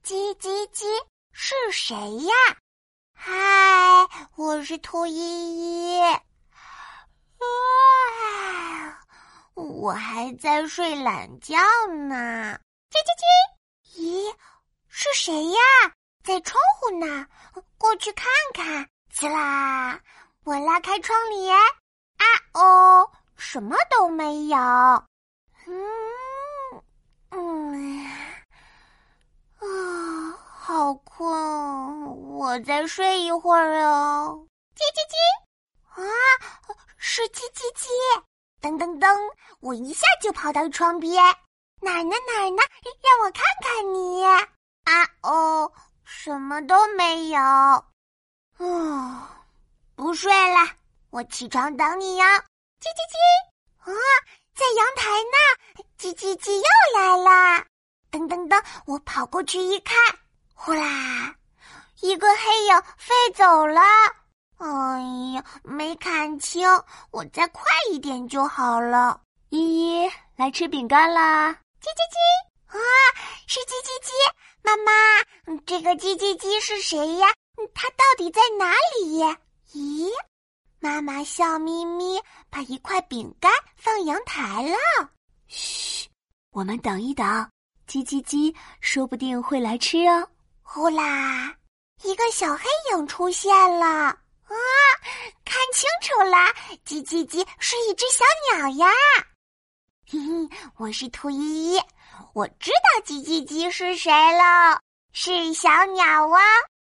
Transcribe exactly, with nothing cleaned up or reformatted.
叽叽叽，是谁呀？嗨，我是兔依依。啊，我还在睡懒觉呢。叽叽叽，咦，是谁呀？在窗户那，过去看看。呲啦，我拉开窗帘，啊哦，什么都没有。嗯嗯，啊，好困，我再睡一会儿哦。叽叽叽，啊，是叽叽叽！噔噔噔，我一下就跑到窗边。哪儿呢哪儿呢？让我看看你。啊哦，什么都没有。哦，不睡了，我起床等你哟。叽叽叽，啊，在阳台呢，叽叽叽又来啦。噔噔噔，我跑过去一看，呼啦，一个黑影飞走了。哎呀，没看清，我再快一点就好了。 依依，来吃饼干啦！ 叽叽叽，啊，是叽叽叽！妈妈，这个叽叽叽是谁呀？它到底在哪里？咦，妈妈笑眯眯，把一块饼干放阳台了。 嘘，我们等一等，叽叽叽说不定会来吃哦。 呼啦，一个小黑影出现了。啊，看清楚了，叽叽叽是一只小鸟呀！嘿嘿，我是兔依依，我知道叽叽叽是谁了，是小鸟啊。